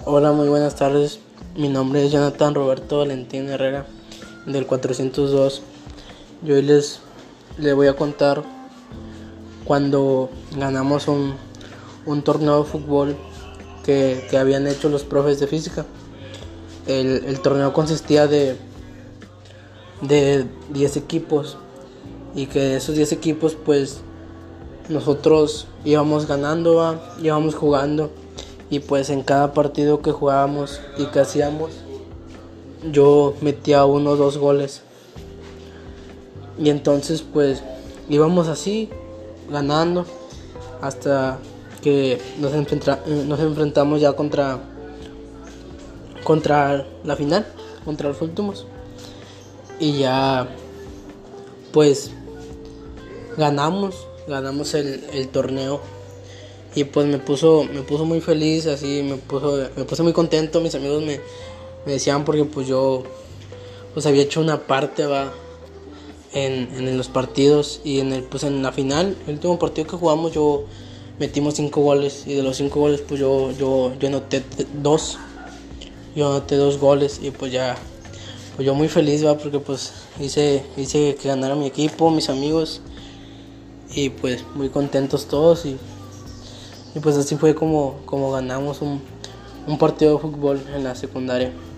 Hola, muy buenas tardes. Mi nombre es Jonathan Roberto Valentín Herrera, del 402. Yo hoy les voy a contar cuando ganamos un torneo de fútbol que habían hecho los profes de física. El torneo consistía de 10 equipos, y que de esos 10 equipos pues nosotros íbamos ganando, íbamos jugando, y pues en cada partido que jugábamos y que hacíamos yo metía 1 o 2 goles, y entonces pues íbamos así ganando hasta que nos enfrentamos ya contra la final, contra los últimos, y ya pues ganamos el torneo. Y pues me puso muy feliz, así me puse muy contento. Mis amigos me decían, porque pues yo pues había hecho una parte en los partidos, y en la final, el último partido que jugamos, yo metimos 5 goles, y de los 5 goles pues yo anoté 2. Yo anoté 2 goles, y pues ya pues yo muy feliz, porque pues hice que ganara mi equipo, mis amigos, y pues muy contentos todos, y pues así fue como ganamos un partido de fútbol en la secundaria.